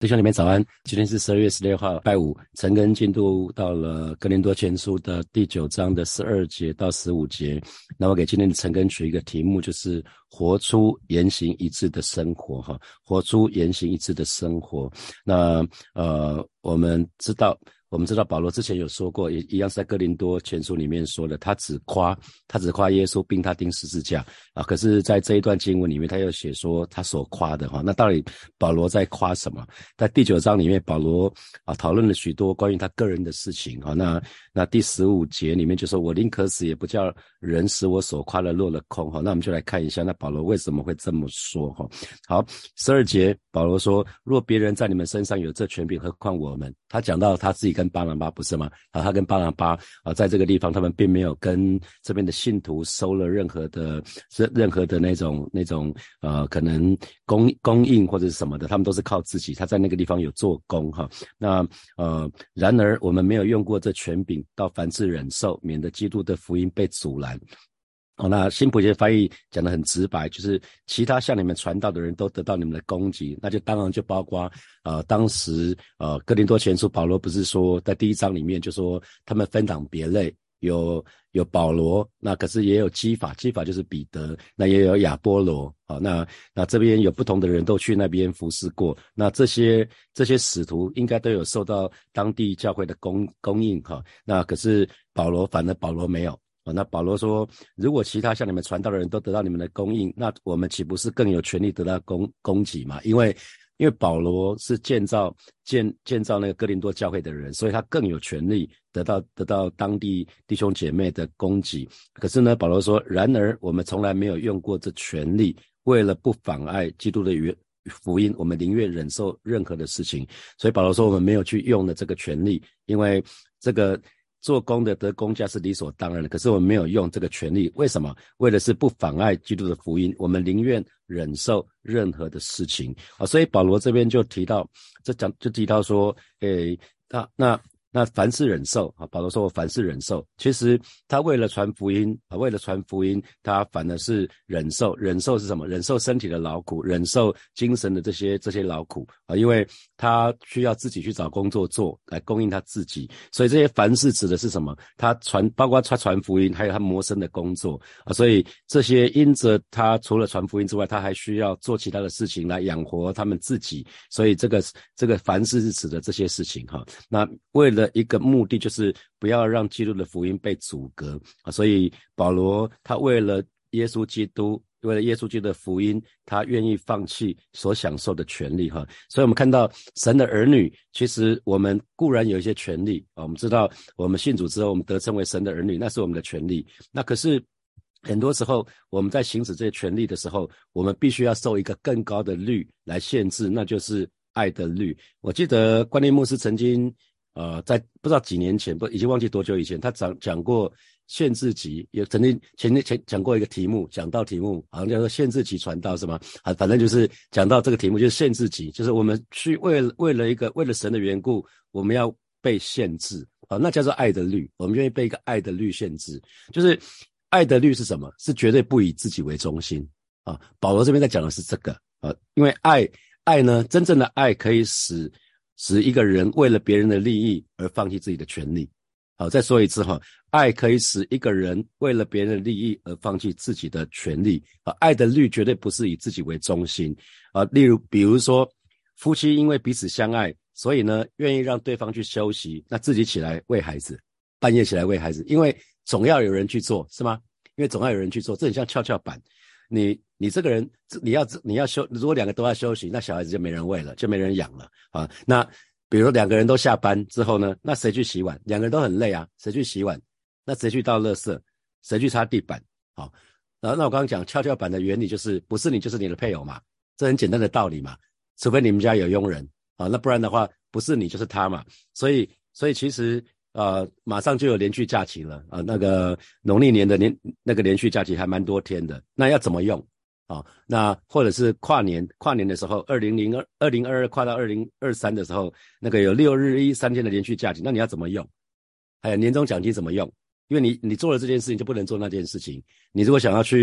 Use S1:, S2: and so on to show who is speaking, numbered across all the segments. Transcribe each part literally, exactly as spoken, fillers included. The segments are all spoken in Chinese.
S1: 弟兄姊妹早安，今天是十二月十六号，拜五，陈根进度到了哥林多前书的第九章的十二节到十五节。那我给今天的陈根取一个题目，就是活出言行一致的生活哈，活出言行一致的生活。那呃，我们知道。我们知道保罗之前有说过，也一样是在哥林多前书里面说的，他只夸他只夸耶稣并他钉十字架啊。可是在这一段经文里面，他又写说他所夸的哈，那到底保罗在夸什么？在第九章里面，保罗啊讨论了许多关于他个人的事情哈。那那第十五节里面就说，我宁可死也不叫人使我所夸的落了空哈。那我们就来看一下，那保罗为什么会这么说哈？好，十二节保罗说，若别人在你们身上有这权柄，何况我们？他讲到他自己跟巴拿巴不是吗？啊，他跟巴拿巴啊，在这个地方他们并没有跟这边的信徒收了任何的任何的那种那种呃可能供供应或者是什么的，他们都是靠自己。他在那个地方有做工哈。那呃，然而我们没有用过这权柄，到凡事忍受，免得基督的福音被阻拦。哦，那新普学翻译讲得很直白，就是其他向你们传道的人都得到你们的攻击，那就当然就包括呃当时呃哥林多前书保罗不是说在第一章里面就说他们分党别类，有有保罗，那可是也有基法，基法就是彼得，那也有亚波罗，好，那那这边有不同的人都去那边服侍过，那这些这些使徒应该都有受到当地教会的供供应哈，那可是保罗反而保罗没有。哦，那保罗说，如果其他向你们传道的人都得到你们的供应，那我们岂不是更有权利得到供供给嘛？因为因为保罗是建造建建造那个哥林多教会的人，所以他更有权利得到得到当地弟兄姐妹的供给。可是呢，保罗说，然而我们从来没有用过这权利，为了不妨碍基督的福音，我们宁愿忍受任何的事情。所以保罗说，我们没有去用的这个权利，因为这个。做工的得工价是理所当然的，可是我们没有用这个权利，为什么？为的是不妨碍基督的福音，我们宁愿忍受任何的事情啊。所以保罗这边就提到，这讲就提到说，诶，那那那凡事忍受啊，保罗说我凡事忍受，其实他为了传福音啊，为了传福音，他反而是忍受，忍受是什么？忍受身体的劳苦，忍受精神的这些这些劳苦啊，因为他需要自己去找工作做来供应他自己，所以这些凡事指的是什么？他传，包括他传福音，还有他谋生的工作啊，所以这些因着他除了传福音之外，他还需要做其他的事情来养活他们自己，所以这个这个凡事是指的这些事情哈。那为了一个目的，就是不要让基督的福音被阻隔啊，所以保罗他为了耶稣基督。为了耶稣基督的福音，他愿意放弃所享受的权利哈，所以我们看到神的儿女，其实我们固然有一些权利啊，我们知道我们信主之后，我们得称为神的儿女，那是我们的权利。那可是很多时候我们在行使这些权利的时候，我们必须要受一个更高的律来限制，那就是爱的律。我记得关念牧师曾经呃，在不知道几年前，不已经忘记多久以前，他讲讲过限制级，也曾经前前讲过一个题目，讲到题目好像叫做限制级传道是吗？啊，反正就是讲到这个题目就是限制级，就是我们去为了为了一个为了神的缘故，我们要被限制啊，那叫做爱的律，我们愿意被一个爱的律限制，就是爱的律是什么？是绝对不以自己为中心啊。保罗这边在讲的是这个啊，因为爱爱呢，真正的爱可以使。使一个人为了别人的利益而放弃自己的权利。好，再说一次哈，爱可以使一个人为了别人的利益而放弃自己的权利。啊，爱的律绝对不是以自己为中心。啊，例如，比如说，夫妻因为彼此相爱，所以呢，愿意让对方去休息，那自己起来喂孩子，半夜起来喂孩子，因为总要有人去做，是吗？因为总要有人去做，这很像跷跷板。你你这个人，你要你要休，如果两个都要休息，那小孩子就没人喂了，就没人养了啊。那比如说两个人都下班之后呢，那谁去洗碗？两个人都很累啊，谁去洗碗？那谁去倒垃圾？谁去擦地板？好，然后那我刚刚讲跷跷板的原理就是，不是你就是你的配偶嘛，这很简单的道理嘛。除非你们家有佣人啊，那不然的话，不是你就是他嘛。所以所以其实。呃，马上就有连续假期了啊、呃！那个农历年的连那个连续假期还蛮多天的，那要怎么用啊、哦？那或者是跨年，跨年的时候，二零零二二零二二跨到二零二三的时候，那个有六日一三天的连续假期，那你要怎么用？还有年终奖金怎么用？因为你你做了这件事情就不能做那件事情。你如果想要去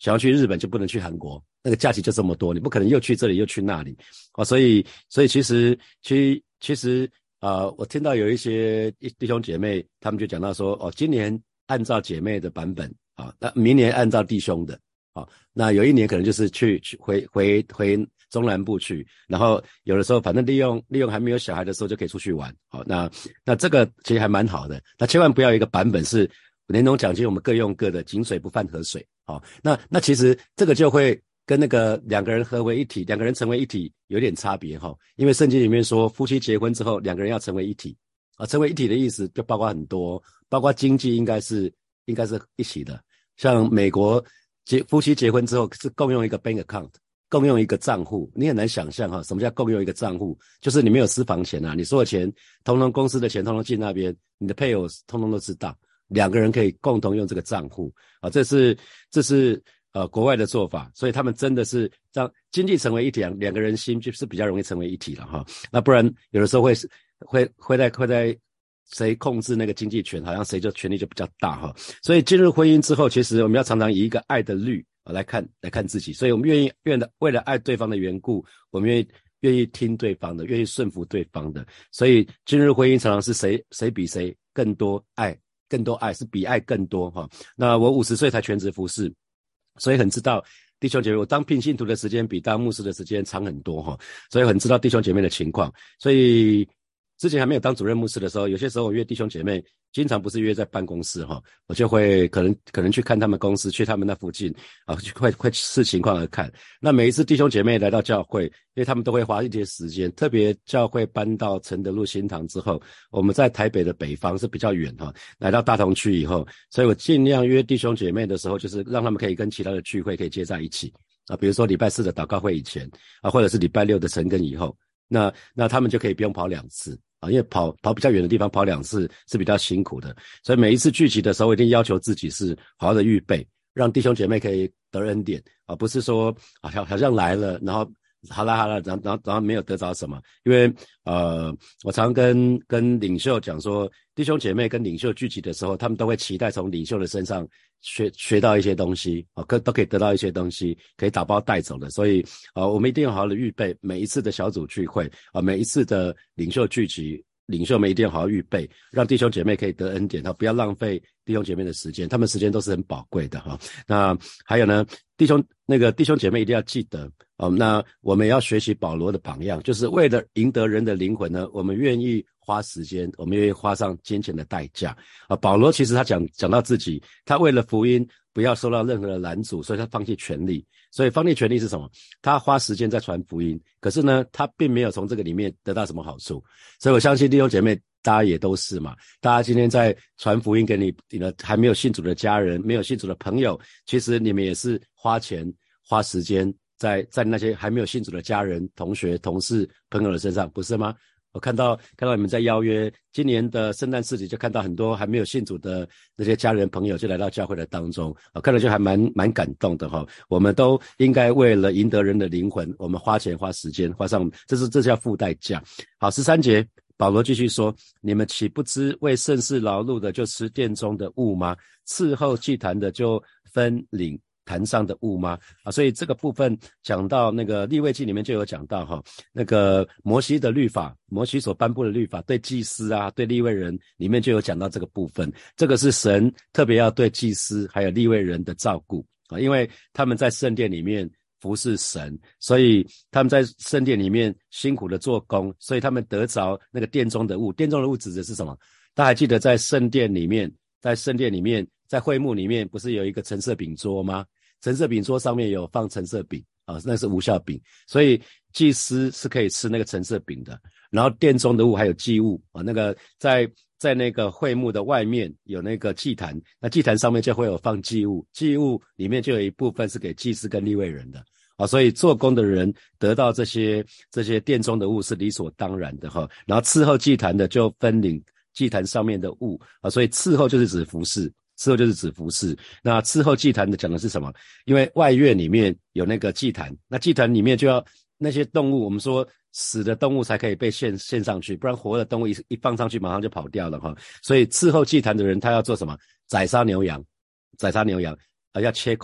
S1: 想要去日本就不能去韩国，那个假期就这么多，你不可能又去这里又去那里哦，所以所以其实其其实呃，我听到有一些弟兄姐妹，他们就讲到说，哦，今年按照姐妹的版本啊，那明年按照弟兄的啊，那有一年可能就是去去回回回中南部去，然后有的时候反正利用利用还没有小孩的时候就可以出去玩，好，那那这个其实还蛮好的，那千万不要有一个版本是年终奖金我们各用各的，井水不犯河水，好，那那其实这个就会跟那个两个人合为一体，两个人成为一体有点差别哈，因为圣经里面说夫妻结婚之后两个人要成为一体啊，成为一体的意思就包括很多，包括经济应该是应该是一起的，像美国结夫妻结婚之后是共用一个 bank account， 共用一个账户，你很难想象哈，什么叫共用一个账户？就是你没有私房钱啊，你所有钱通通公司的钱通通进那边，你的配偶通通都知道，两个人可以共同用这个账户啊，这是这是呃国外的做法，所以他们真的是让经济成为一体，两个人心就是比较容易成为一体了哈。那不然有的时候会会会在会在谁控制那个经济权，好像谁就权力就比较大哈。所以进入婚姻之后，其实我们要常常以一个爱的律来看来看自己，所以我们愿意愿的为了爱对方的缘故，我们愿意愿意听对方的，愿意顺服对方的。所以进入婚姻常常是谁谁比谁更多爱，更多爱是比爱更多哈。那我五十岁才全职服侍，所以很知道弟兄姐妹，我当聘信徒的时间比当牧师的时间长很多哈，所以很知道弟兄姐妹的情况。所以之前还没有当主任牧师的时候，有些时候我约弟兄姐妹，经常不是约在办公室哈，我就会可能可能去看他们公司，去他们那附近啊，会会视情况而看。那每一次弟兄姐妹来到教会，因为他们都会花一些时间，特别教会搬到承德路新堂之后，我们在台北的北方是比较远哈，来到大同区以后，所以我尽量约弟兄姐妹的时候，就是让他们可以跟其他的聚会可以接在一起啊，比如说礼拜四的祷告会以前啊，或者是礼拜六的晨更以后。那那他们就可以不用跑两次啊，因为跑跑比较远的地方跑两次是比较辛苦的，所以每一次聚集的时候，一定要求自己是好好的预备，让弟兄姐妹可以得恩典啊，不是说好像好像来了，然后好啦好啦，然后然后然后没有得着什么，因为呃，我常跟跟领袖讲说，弟兄姐妹跟领袖聚集的时候，他们都会期待从领袖的身上学学到一些东西啊，可都可以得到一些东西，可以打包带走的。所以啊，我们一定要好好的预备每一次的小组聚会啊，每一次的领袖聚集。领袖们一定要好好预备，让弟兄姐妹可以得恩典，不要浪费弟兄姐妹的时间，他们时间都是很宝贵的哈。那还有呢，弟兄那个弟兄姐妹一定要记得哦，那我们也要学习保罗的榜样，就是为了赢得人的灵魂呢，我们愿意花时间，我们愿意花上金钱的代价啊。保罗其实他讲讲到自己，他为了福音不要受到任何的拦阻，所以他放弃权力。所以放弃权力是什么？他花时间在传福音，可是呢，他并没有从这个里面得到什么好处。所以我相信弟兄姐妹，大家也都是嘛。大家今天在传福音给你你的还没有信主的家人，没有信主的朋友，其实你们也是花钱花时间在在那些还没有信主的家人、同学、同事、朋友的身上，不是吗？我看到看到你们在邀约今年的圣诞市集，就看到很多还没有信主的那些家人朋友就来到教会的当中，我看了就还蛮蛮感动的哈。我们都应该为了赢得人的灵魂，我们花钱花时间花上，这是这是要付代价。好，十三节保罗继续说，你们岂不知为圣事劳碌的就吃殿中的物吗？伺候祭坛的就分领坛上的物吗？啊，所以这个部分讲到那个利未记里面就有讲到哈，那个摩西的律法，摩西所颁布的律法，对祭司啊，对利未人里面就有讲到这个部分。这个是神特别要对祭司还有利未人的照顾啊，因为他们在圣殿里面服侍神，所以他们在圣殿里面辛苦的做工，所以他们得着那个殿中的物。殿中的物指的是什么？大家还记得在圣殿里面，在圣殿里面，在会幕里面不是有一个陈设饼桌吗？陈设饼桌上面有放陈设饼啊，那是无酵饼，所以祭司是可以吃那个陈设饼的。然后殿中的物还有祭物啊，那个在在那个会幕的外面有那个祭坛，那祭坛上面就会有放祭物，祭物里面就有一部分是给祭司跟利未人的啊，所以做工的人得到这些这些殿中的物是理所当然的哈。然后伺候祭坛的就分领祭坛上面的物啊，所以伺候就是指服侍。伺候就是指服侍，那伺候祭坛的讲的是什么？因为外院里面有那个祭坛，那祭坛里面就要那些动物，我们说死的动物才可以被献献上去，不然活的动物一一放上去马上就跑掉了哈。所以伺候祭坛的人他要做什么？宰杀牛羊，宰杀牛羊啊、呃，要切块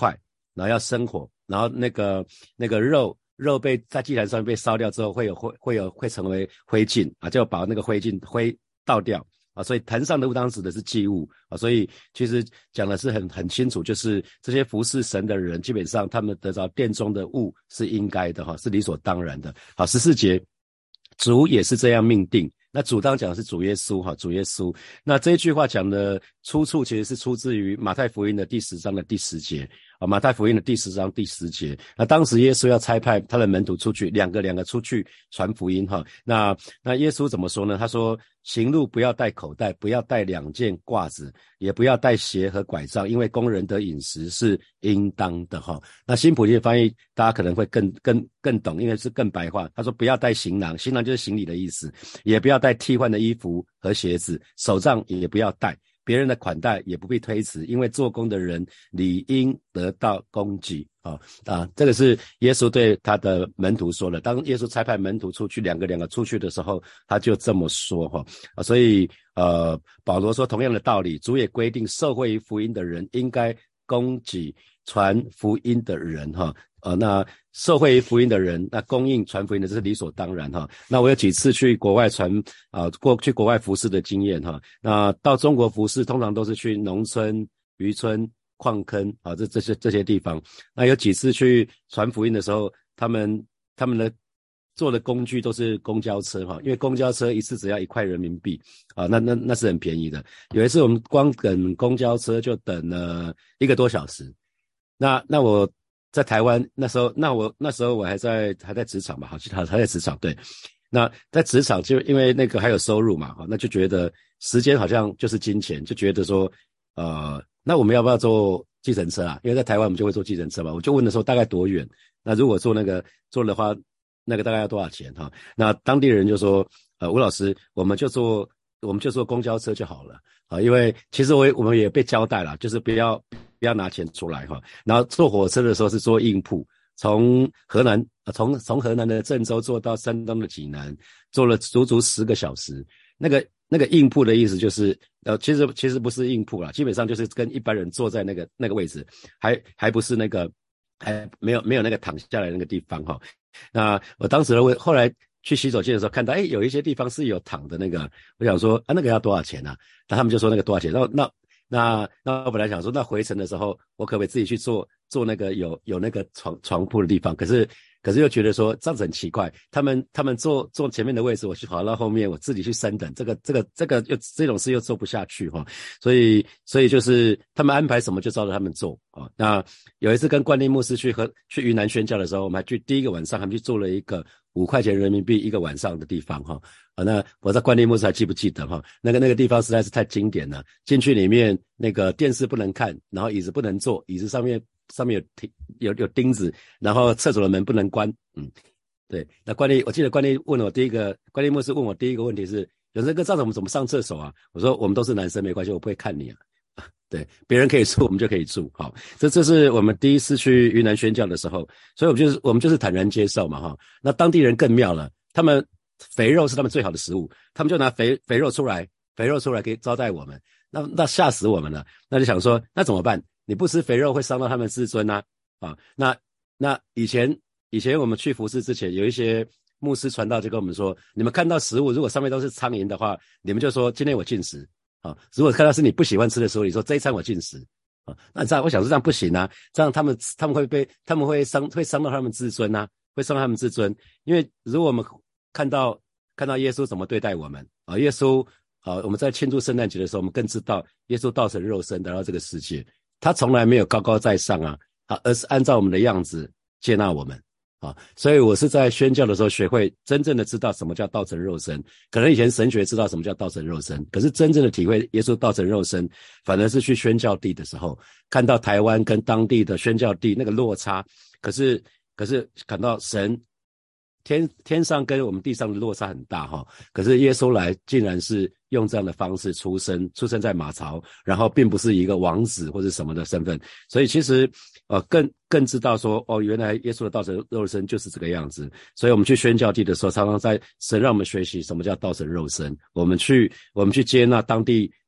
S1: 然后要生火，然后那个那个肉肉被在祭坛上面被烧掉之后，会有会会有会成为灰烬啊，就把那个灰烬灰倒掉啊，所以坛上的物当指的是祭物啊，所以其实讲的是很很清楚，就是这些服侍神的人，基本上他们得着殿中的物是应该的哈，是理所当然的。好，十四节，主也是这样命定。那主当讲的是主耶稣哈，主耶稣。那这一句话讲的出处其实是出自于马太福音的第十章的第十节啊，马太福音的第十章第十节。那当时耶稣要差派他的门徒出去，两个两个出去传福音哈。那那耶稣怎么说呢？他说：行路不要带口袋，不要带两件褂子，也不要带鞋和拐杖，因为工人的饮食是应当的哈。那新普世翻译大家可能会更更更懂，因为是更白话。他说不要带行囊，行囊就是行李的意思，也不要带替换的衣服和鞋子，手杖也不要带，别人的款待也不必推辞，因为做工的人理应得到供给啊啊！这个是耶稣对他的门徒说的。当耶稣差派门徒出去，两个两个出去的时候，他就这么说哈啊！所以呃，保罗说同样的道理，主也规定受惠于福音的人应该供给传福音的人哈。呃，那受惠于福音的人，那供应传福音的，这是理所当然哈。那我有几次去国外传啊、呃，过去国外服侍的经验哈。那到中国服侍，通常都是去农村、渔村、矿坑啊，这这些这些地方。那有几次去传福音的时候，他们他们的坐的工具都是公交车哈，因为公交车一次只要一块人民币啊，那那那是很便宜的。有一次我们光等公交车就等了一个多小时。那那我在台湾那时候，那我那时候我还在还在职场吧，好像还在职场对。那在职场就因为那个还有收入嘛，那就觉得时间好像就是金钱，就觉得说呃，那我们要不要坐计程车啊？因为在台湾我们就会坐计程车嘛，我就问的时候大概多远？那如果坐那个坐的话，那个大概要多少钱哈？那当地人就说，呃，吴老师，我们就坐我们就坐公交车就好了啊，因为其实我我们也被交代了，就是不要不要拿钱出来哈。然后坐火车的时候是坐硬铺。从河南，呃、从从河南的郑州坐到山东的济南，坐了足足十个小时。那个那个硬铺的意思就是，呃，其实其实不是硬铺啦，基本上就是跟一般人坐在那个那个位置，还还不是那个，还没有没有那个躺下来那个地方哈。那我当时呢，我后来去洗手间的时候看到，哎，有一些地方是有躺的那个，我想说啊，那个要多少钱啊？那他们就说那个多少钱？那那。那那我本来想说，那回程的时候，我可不可以自己去坐坐那个有有那个床床铺的地方？可是可是又觉得说这样子很奇怪，他们他们坐坐前面的位置，我去跑到后面，我自己去升等，这个这个这个又这种事又做不下去哈、哦，所以所以就是他们安排什么就照着他们做啊、哦。那有一次跟冠立牧师去和去云南宣教的时候，我们还去第一个晚上，还去做了一个五块钱人民币一个晚上的地方哈。啊，那我在冠立牧师还记不记得哈？那个那个地方实在是太经典了。进去里面那个电视不能看，然后椅子不能坐，椅子上面上面有有有钉子，然后厕所的门不能关。嗯，对。那冠立，我记得冠立问我第一个，冠立牧师问我第一个问题是：有这个赵总我们怎么上厕所啊？我说我们都是男生，没关系，我不会看你啊。对，别人可以住，我们就可以住。好，这这是我们第一次去云南宣教的时候，所以我们就是我们就是坦然接受嘛哈。那当地人更妙了，他们肥肉是他们最好的食物，他们就拿肥肥肉出来，肥肉出来给招待我们，那那吓死我们了。那就想说，那怎么办？你不吃肥肉会伤到他们自尊啊啊！那那以前以前我们去服事之前，有一些牧师传道就跟我们说，你们看到食物如果上面都是苍蝇的话，你们就说今天我禁食。啊，如果看到是你不喜欢吃的时候，你说这一餐我禁食啊，那这样我想说这样不行啊，这样他们他们会被他们会伤会伤到他们自尊啊，会伤到他们自尊，因为如果我们看到看到耶稣怎么对待我们啊，耶稣啊，我们在庆祝圣诞节的时候，我们更知道耶稣道成肉身来到这个世界，他从来没有高高在上啊，啊，而是按照我们的样子接纳我们。啊，所以我是在宣教的时候学会真正的知道什么叫道成肉身。可能以前神学知道什么叫道成肉身，可是真正的体会耶稣道成肉身，反而是去宣教地的时候，看到台湾跟当地的宣教地那个落差。可是可是感到神天天上跟我们地上的落差很大哈。可是耶稣来竟然是用这样的方式出生，出生在马槽，然后并不是一个王子或者什么的身份。所以其实呃更更知道说，哦，原来耶稣的道成肉身就是这个样子。所以我们去宣教地的时候，常常在神让我们学习什么叫道成肉身。我们去我们去接纳当地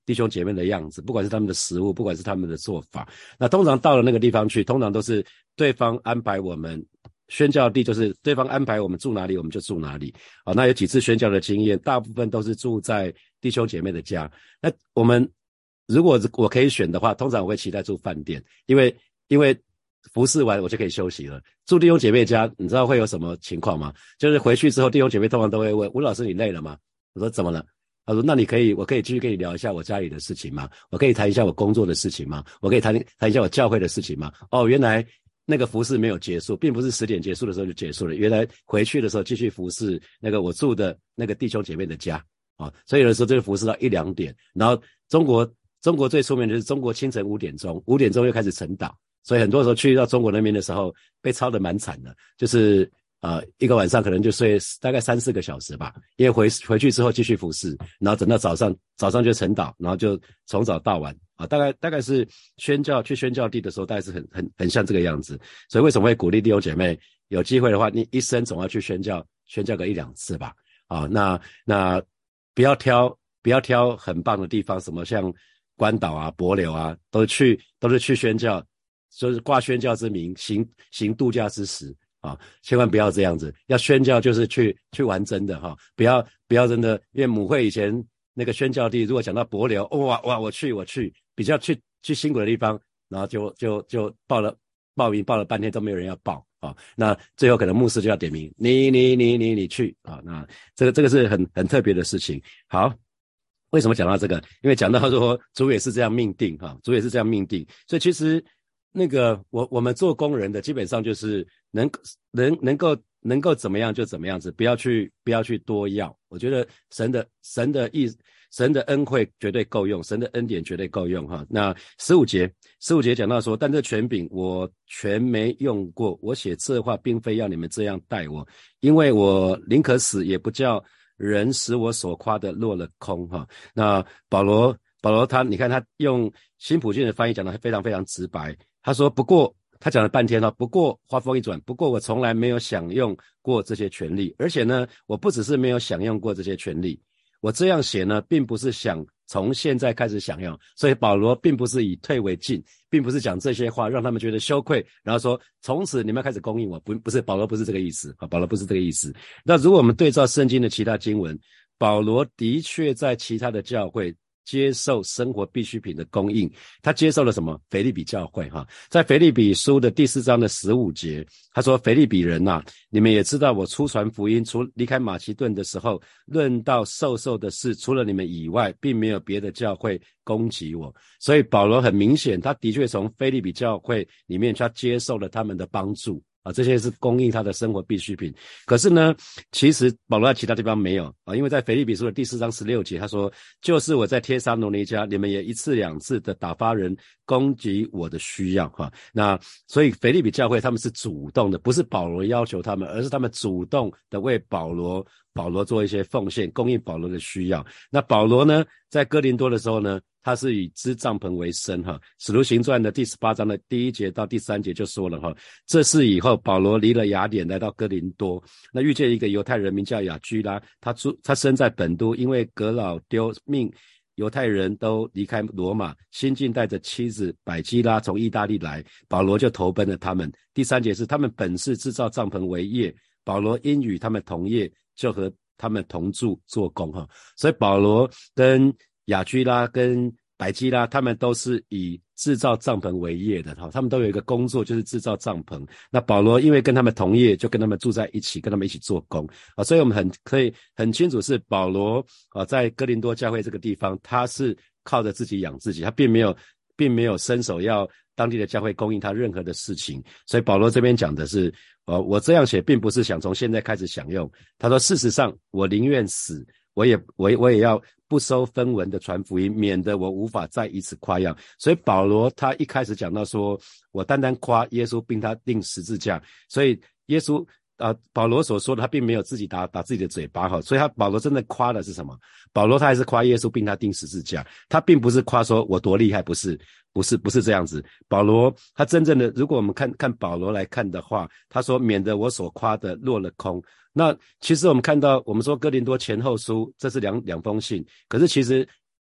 S1: 弟兄姐妹的样子，不管是他们的食物，不管是他们的做法。那通常到了那个地方去，通常都是对方安排我们宣教地，就是对方安排我们住哪里我们就住哪里。好，那有几次宣教的经验，大部分都是住在弟兄姐妹的家。那我们如果我可以选的话，通常我会期待住饭店，因为因为服侍完我就可以休息了。住弟兄姐妹家，你知道会有什么情况吗？就是回去之后，弟兄姐妹通常都会问吴老师你累了吗？我说怎么了？他说那你可以我可以继续跟你聊一下我家里的事情吗？我可以谈一下我工作的事情吗？我可以谈谈一下我教会的事情吗？哦，原来那个服侍没有结束，并不是十点结束的时候就结束了，原来回去的时候继续服侍那个我住的那个弟兄姐妹的家啊，所以有的时候就服侍到一两点。然后中国中国最出名的就是中国清晨五点钟五点钟又开始晨祷，所以很多时候去到中国那边的时候被操得蛮惨的，就是呃，一个晚上可能就睡大概三四个小时吧，因为回回去之后继续服侍，然后等到早上早上就晨祷，然后就从早到晚啊，大概大概是宣教去宣教地的时候，大概是很很很像这个样子。所以为什么会鼓励弟兄姐妹有机会的话，你一生总要去宣教，宣教个一两次吧。啊，那那不要挑不要挑很棒的地方，什么像关岛啊、帛琉啊，都去都是去宣教，就是挂宣教之名，行行度假之实。啊，千万不要这样子，要宣教就是去去玩真的哈，不要不要真的，因为母会以前那个宣教地，如果讲到帛琉，哦哇哇我去我去，比较去去辛苦的地方，然后就就就报了报名报了半天都没有人要报啊，那最后可能牧师就要点名，你你你你你去啊，那这个这个是很很特别的事情。好，为什么讲到这个？因为讲到说主也是这样命定哈，主也是这样命定，所以其实。那个我我们做工人的基本上就是能能能够能够怎么样就怎么样子，不要去不要去多要。我觉得神的神的意神的恩惠绝对够用，神的恩典绝对够用哈。那十五节十五节讲到说，但这权柄我全没用过，我写这话并非要你们这样待我，因为我宁可死也不叫人使我所夸的落了空哈。那保罗保罗他你看他用新普京的翻译讲得非常非常直白。他说不过他讲了半天了，不过话锋一转，不过我从来没有享用过这些权利，而且呢我不只是没有享用过这些权利，我这样写呢并不是想从现在开始享用，所以保罗并不是以退为进，并不是讲这些话让他们觉得羞愧，然后说从此你们要开始供应我，不不是，保罗不是这个意思，保罗不是这个意思。那如果我们对照圣经的其他经文，保罗的确在其他的教会接受生活必需品的供应，他接受了什么？腓立比教会哈，在腓立比书的第四章的十五节，他说：“腓立比人呐、啊，你们也知道，我出传福音，除离开马其顿的时候，论到授受的事，除了你们以外，并没有别的教会攻击我。”所以保罗很明显，他的确从腓立比教会里面，他接受了他们的帮助。啊，这些是供应他的生活必需品。可是呢，其实保罗在其他地方没有啊，因为在腓立比书的第四章十六节，他说：“就是我在帖撒罗尼迦，你们也一次两次的打发人供给我的需要。”哈，那所以腓立比教会他们是主动的，不是保罗要求他们，而是他们主动的为保罗保罗做一些奉献，供应保罗的需要。那保罗呢，在哥林多的时候呢，他是以织帐篷为生哈。使徒行传的第十八章的第一节到第三节就说了哈，这是以后保罗离了雅典来到哥林多，那遇见一个犹太人名叫雅居拉，他住他生在本都，因为革老丢命犹太人都离开罗马，新近带着妻子百基拉从意大利来，保罗就投奔了他们。第三节是他们本是制造帐篷为业，保罗因与他们同业，就和他们同住做工哈。所以保罗跟雅居拉跟百基拉他们都是以制造帐篷为业的哈，他们都有一个工作就是制造帐篷。那保罗因为跟他们同业，就跟他们住在一起，跟他们一起做工啊，所以我们很可以很清楚是保罗啊，在哥林多教会这个地方，他是靠着自己养自己，他并没有并没有伸手要当地的教会供应他任何的事情。所以保罗这边讲的是呃，我这样写并不是想从现在开始享用，他说事实上我宁愿死，我也我也我也要不收分文的传福音，免得我无法再以此夸耀。所以保罗他一开始讲到说，我单单夸耶稣并他钉十字架，所以耶稣啊，保罗所说的他并没有自己打打自己的嘴巴哈，所以他保罗真的夸的是什么？保罗他还是夸耶稣并他钉十字架，他并不是夸说我多厉害，不是不是不是这样子。保罗他真正的，如果我们看看保罗来看的话，他说免得我所夸的落了空。那其实我们看到，我们说哥林多前后书，这是两两封信，可是其实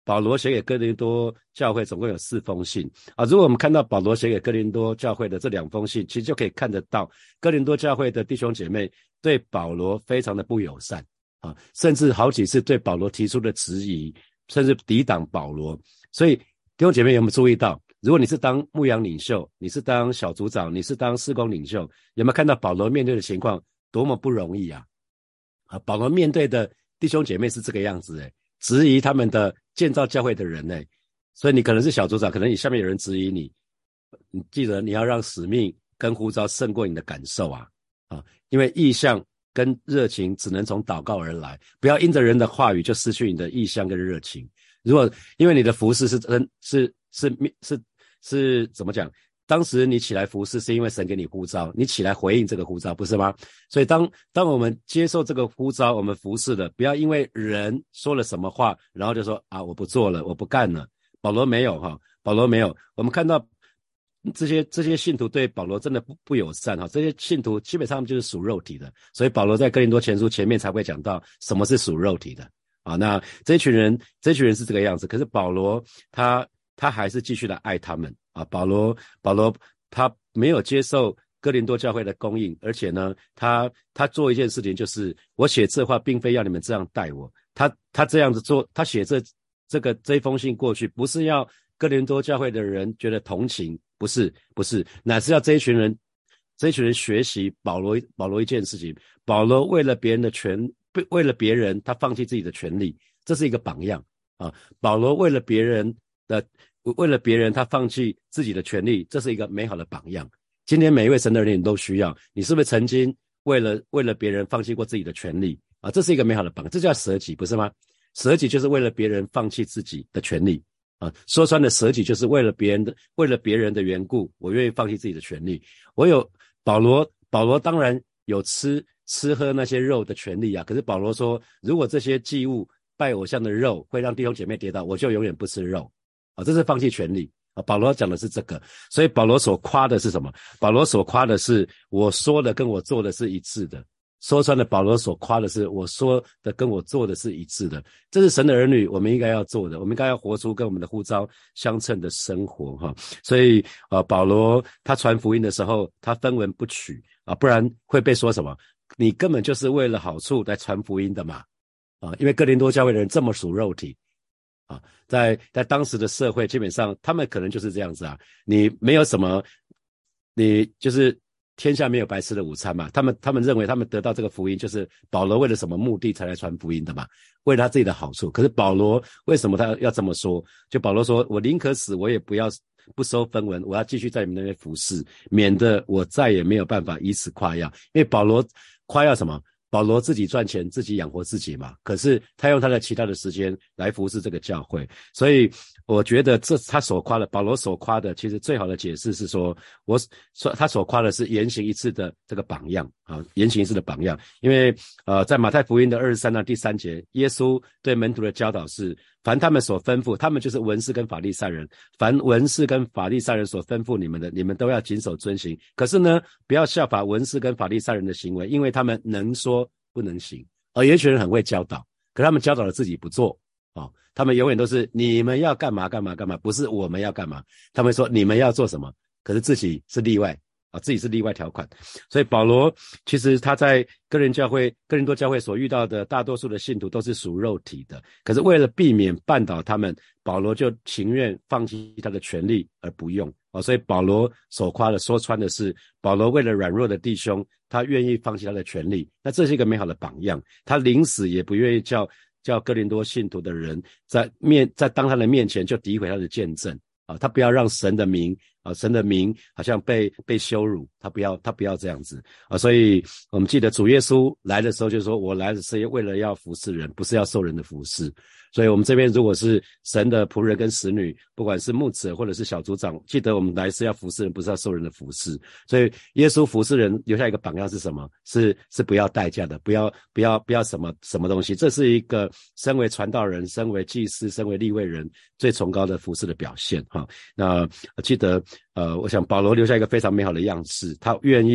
S1: 保罗写给哥林多教会总共有四封信啊。如果我们看到保罗写给哥林多教会的这两封信，其实就可以看得到哥林多教会的弟兄姐妹对保罗非常的不友善啊，甚至好几次对保罗提出的质疑，甚至抵挡保罗。所以弟兄姐妹有没有注意到，如果你是当牧羊领袖，你是当小组长，你是当事工领袖，有没有看到保罗面对的情况多么不容易啊？啊，保罗面对的弟兄姐妹是这个样子诶，质疑他们的建造教会的人诶，所以你可能是小组长，可能你下面有人质疑你，你记得你要让使命跟呼召胜过你的感受啊啊，因为意向跟热情只能从祷告而来，不要因着人的话语就失去你的意向跟热情。如果因为你的服事是真是是是是怎么讲？当时你起来服事是因为神给你呼召，你起来回应这个呼召，不是吗？所以当当我们接受这个呼召，我们服事了，不要因为人说了什么话，然后就说啊我不做了，我不干了。保罗没有哈，保罗没有。我们看到这些这些信徒对保罗真的不不友善哈，这些信徒基本上就是属肉体的，所以保罗在哥林多前书前面才会讲到什么是属肉体的啊。那这群人这群人是这个样子，可是保罗他他还是继续的爱他们啊。保罗保罗他没有接受哥林多教会的供应，而且呢他他做一件事情，就是我写这话并非要你们这样待我，他他这样子做，他写这这个这一封信过去，不是要哥林多教会的人觉得同情，不是不是，乃是要这一群人这一群人学习保罗保罗一件事情，保罗为了别人的权为了别人他放弃自己的权利，这是一个榜样啊。保罗为了别人的为了别人他放弃自己的权利，这是一个美好的榜样。今天每一位神的人你都需要，你是不是曾经为了为了别人放弃过自己的权利啊？这是一个美好的榜样，这叫舍己，不是吗？舍己就是为了别人放弃自己的权利啊，说穿了舍己就是为了别人的为了别人的缘故，我愿意放弃自己的权利。我有保罗保罗当然有吃吃喝那些肉的权利啊，可是保罗说，如果这些祭物拜偶像的肉会让弟兄姐妹跌倒，我就永远不吃肉啊，这是放弃权利啊。保罗讲的是这个，所以保罗所夸的是什么？保罗所夸的是我说的跟我做的是一致的。说穿了，保罗所夸的是我说的跟我做的是一致的，这是神的儿女我们应该要做的，我们应该要活出跟我们的呼召相称的生活哈。所以呃，保罗他传福音的时候，他分文不取啊，不然会被说什么？你根本就是为了好处来传福音的嘛啊！因为哥林多教会的人这么属肉体啊，在在当时的社会，基本上他们可能就是这样子啊，你没有什么，你就是。天下没有白吃的午餐嘛，他们他们认为他们得到这个福音就是保罗为了什么目的才来传福音的嘛，为了他自己的好处。可是保罗为什么他要这么说？就保罗说，我宁可死我也不要不收分文，我要继续在你们那边服侍，免得我再也没有办法以此夸耀。因为保罗夸耀什么？保罗自己赚钱自己养活自己嘛，可是他用他的其他的时间来服侍这个教会，所以我觉得这他所夸的，保罗所夸的，其实最好的解释是说，我说他所夸的是言行一致的这个榜样啊，言行一致的榜样。因为呃，在马太福音的二十三章第三节，耶稣对门徒的教导是，凡他们所吩咐，他们就是文士跟法利赛人，凡文士跟法利赛人所吩咐你们的，你们都要谨守遵行。可是呢，不要效法文士跟法利赛人的行为，因为他们能说不能行。而有一群人很会教导，可他们教导了自己不做哦，他们永远都是你们要干嘛干嘛干嘛，不是我们要干嘛。他们说你们要做什么，可是自己是例外啊，自己是例外条款。所以保罗其实他在哥林教会哥林多教会所遇到的大多数的信徒都是属肉体的，可是为了避免绊倒他们，保罗就情愿放弃他的权利而不用啊。所以保罗所夸的说穿的是，保罗为了软弱的弟兄，他愿意放弃他的权利，那这是一个美好的榜样。他临死也不愿意叫叫哥林多信徒的人在面在当他的面前就诋毁他的见证啊，他不要让神的名啊，神的名好像被被羞辱，他不要他不要这样子啊。所以我们记得主耶稣来的时候就说，我来的是为了要服侍人，不是要受人的服侍。所以我们这边如果是神的仆人跟使女，不管是牧者或者是小组长，记得我们来是要服侍人，不是要受人的服侍。所以耶稣服侍人留下一个榜样是什么？是是不要代价的，不要不要不要什么什么东西。这是一个身为传道人、身为祭司、身为利未人最崇高的服侍的表现哈。那记得呃，我想保罗留下一个非常美好的样式，他愿意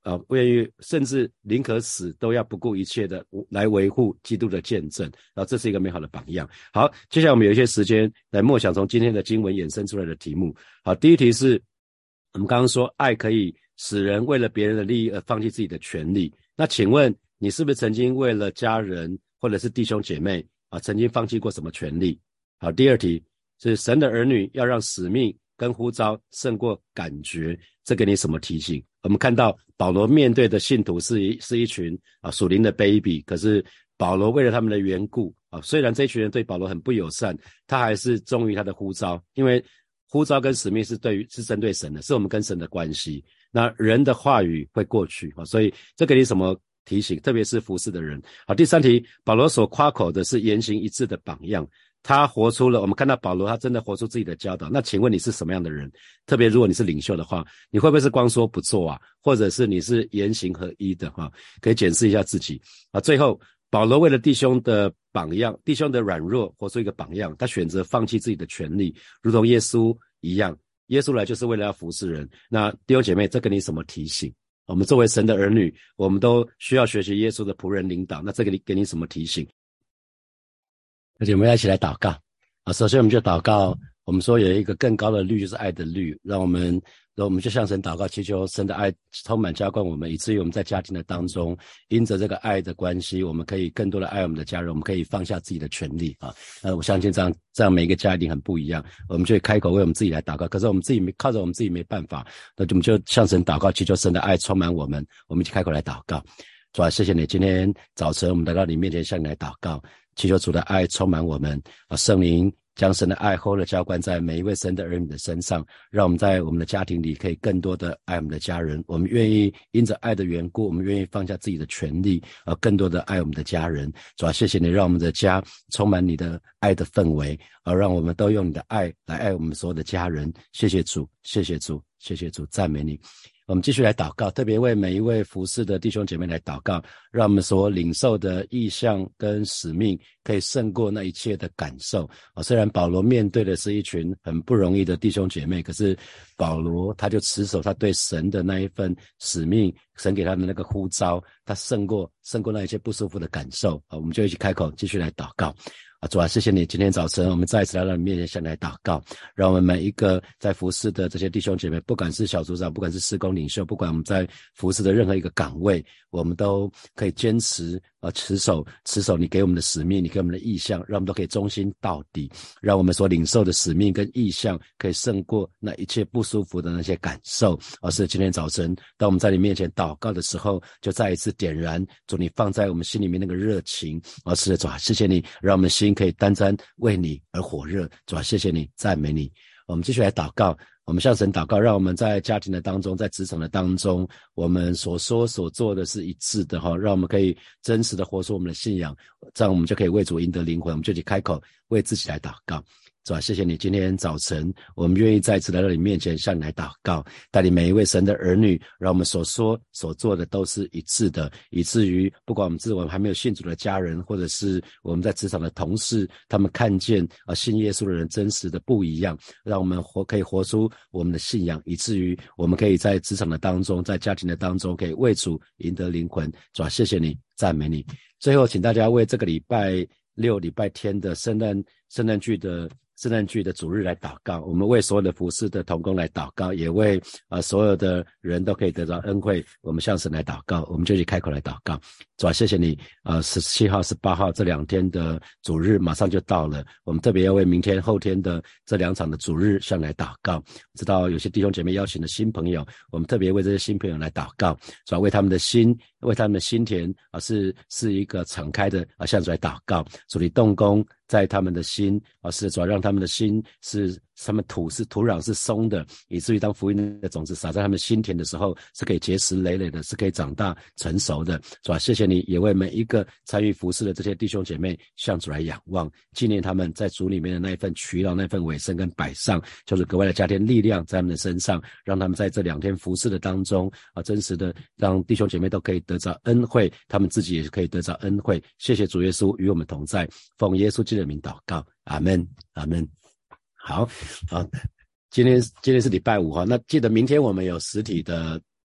S1: 啊，愿意甚至宁可死都要不顾一切的来维护基督的见证，然后这是一个美好的榜样。好，接下来我们有一些时间来默想从今天的经文衍生出来的题目。好，第一题是我们刚刚说爱可以使人为了别人的利益而放弃自己的权利，那请问你是不是曾经为了家人或者是弟兄姐妹啊，曾经放弃过什么权利？好，第二题是神的儿女要让使命跟呼召胜过感觉，这给你什么提醒？我们看到保罗面对的信徒是一是一群啊属灵的 baby， 可是保罗为了他们的缘故啊，虽然这群人对保罗很不友善，他还是忠于他的呼召，因为呼召跟使命是对于是针对神的，是我们跟神的关系。那人的话语会过去啊，所以这给你什么提醒？特别是服侍的人。好，第三题，保罗所夸口的是言行一致的榜样。他活出了，我们看到保罗他真的活出自己的教导。那请问你是什么样的人？特别如果你是领袖的话，你会不会是光说不做啊？或者是你是言行合一的哈？可以检视一下自己啊。最后保罗为了弟兄的榜样，弟兄的软弱活出一个榜样，他选择放弃自己的权利，如同耶稣一样。耶稣来就是为了要服侍人。那弟兄姐妹，这给你什么提醒？我们作为神的儿女，我们都需要学习耶稣的仆人领导。那这个给你什么提醒？而且我们要一起来祷告啊！首先我们就祷告，我们说有一个更高的律，就是爱的律，让我们让我们就向神祷告，祈求神的爱充满浇灌我们，以至于我们在家庭的当中，因着这个爱的关系，我们可以更多的爱我们的家人，我们可以放下自己的权利啊！呃，我相信这样这样每一个家一定很不一样，我们就会开口为我们自己来祷告。可是我们自己没靠着我们自己没办法，那我们就向神祷告，祈求神的爱充满我们，我们一起开口来祷告。主啊，谢谢你，今天早晨我们来到你面前向你来祷告，祈求主的爱充满我们啊，圣灵将神的爱厚了浇灌在每一位神的儿女的身上，让我们在我们的家庭里可以更多的爱我们的家人。我们愿意因着爱的缘故，我们愿意放下自己的权利，呃，更多的爱我们的家人。主啊，谢谢你，让我们的家充满你的爱的氛围，而让我们都用你的爱来爱我们所有的家人。谢谢主，谢谢主，谢谢主，赞美你。我们继续来祷告，特别为每一位服侍的弟兄姐妹来祷告，让我们所领受的意向跟使命可以胜过那一切的感受啊。虽然保罗面对的是一群很不容易的弟兄姐妹，可是保罗他就持守他对神的那一份使命，神给他的那个呼召，他胜过胜过那一些不舒服的感受啊。我们就一起开口继续来祷告。啊，主啊，谢谢你，今天早晨我们再一次来到你面前向你来祷告，让我们每一个在服侍的这些弟兄姐妹，不管是小组长，不管是事工领袖，不管我们在服侍的任何一个岗位，我们都可以坚持呃持守持守你给我们的使命，你给我们的意向，让我们都可以忠心到底，让我们所领受的使命跟意向可以胜过那一切不舒服的那些感受。而是今天早晨当我们在你面前祷告的时候，就再一次点燃主你放在我们心里面那个热情。而是主啊，谢谢你，让我们心可以单单为你而火热。主啊，谢谢你，赞美你。我们继续来祷告，我们向神祷告，让我们在家庭的当中，在职场的当中，我们所说所做的是一致的哈，让我们可以真实的活出我们的信仰，这样我们就可以为主赢得灵魂。我们就去开口为自己来祷告。主啊，谢谢你，今天早晨我们愿意再次来到你面前向你来祷告，带领每一位神的儿女，让我们所说所做的都是一致的，以至于不管我们是我们还没有信主的家人，或者是我们在职场的同事，他们看见啊信耶稣的人真实的不一样，让我们活可以活出我们的信仰，以至于我们可以在职场的当中，在家庭的当中可以为主赢得灵魂。主啊，谢谢你，赞美你。最后请大家为这个礼拜六礼拜天的圣诞圣诞剧的圣诞剧的主日来祷告，我们为所有的服侍的同工来祷告，也为呃所有的人都可以得到恩惠，我们向神来祷告。我们就去开口来祷告。主啊，谢谢你，呃十七号十八号这两天的主日马上就到了，我们特别要为明天后天的这两场的主日向来祷告。知道有些弟兄姐妹邀请的新朋友，我们特别为这些新朋友来祷告，主啊，为他们的心为他们的心田啊、呃、是是一个敞开的啊、呃、向主来祷告。主你动工在他们的心啊，是主要让他们的心是他们土是土壤是松的，以至于当福音的种子撒在他们心田的时候，是可以结实累累的，是可以长大成熟的。主啊，谢谢你，也为每一个参与服事的这些弟兄姐妹向主来仰望，纪念他们在主里面的那一份劬劳、那份委身跟摆上，就是格外的加添力量在他们的身上，让他们在这两天服事的当中啊，真实的让弟兄姐妹都可以得着恩惠，他们自己也可以得着恩惠。谢谢主耶稣与我们同在，奉耶稣基督的名祷告，阿们，阿们。好，好，今天今天是礼拜五哈，那记得明天我们有实体的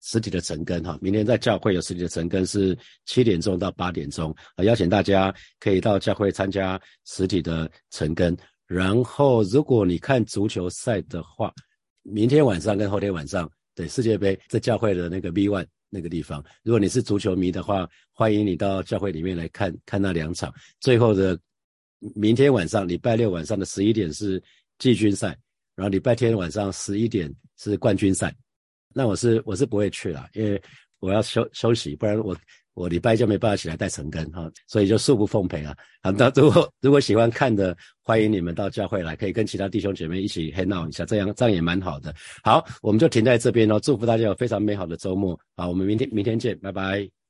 S1: 实体的晨更哈，明天在教会有实体的晨更是七点钟到八点钟，啊，邀请大家可以到教会参加实体的晨更。然后如果你看足球赛的话，明天晚上跟后天晚上对世界杯在教会的那个 V 一 那个地方，如果你是足球迷的话，欢迎你到教会里面来看看那两场。最后的明天晚上礼拜六晚上的十一点是季军赛，然后礼拜天晚上十一点是冠军赛。那我是我是不会去啦，因为我要休休息，不然我我礼拜一就没办法起来带晨更哈，所以就恕不奉陪啊。好，那如果如果喜欢看的，欢迎你们到教会来，可以跟其他弟兄姐妹一起 hang out 一下，这样这样也蛮好的。好，我们就停在这边哦，祝福大家有非常美好的周末。好，我们明天明天见，拜拜。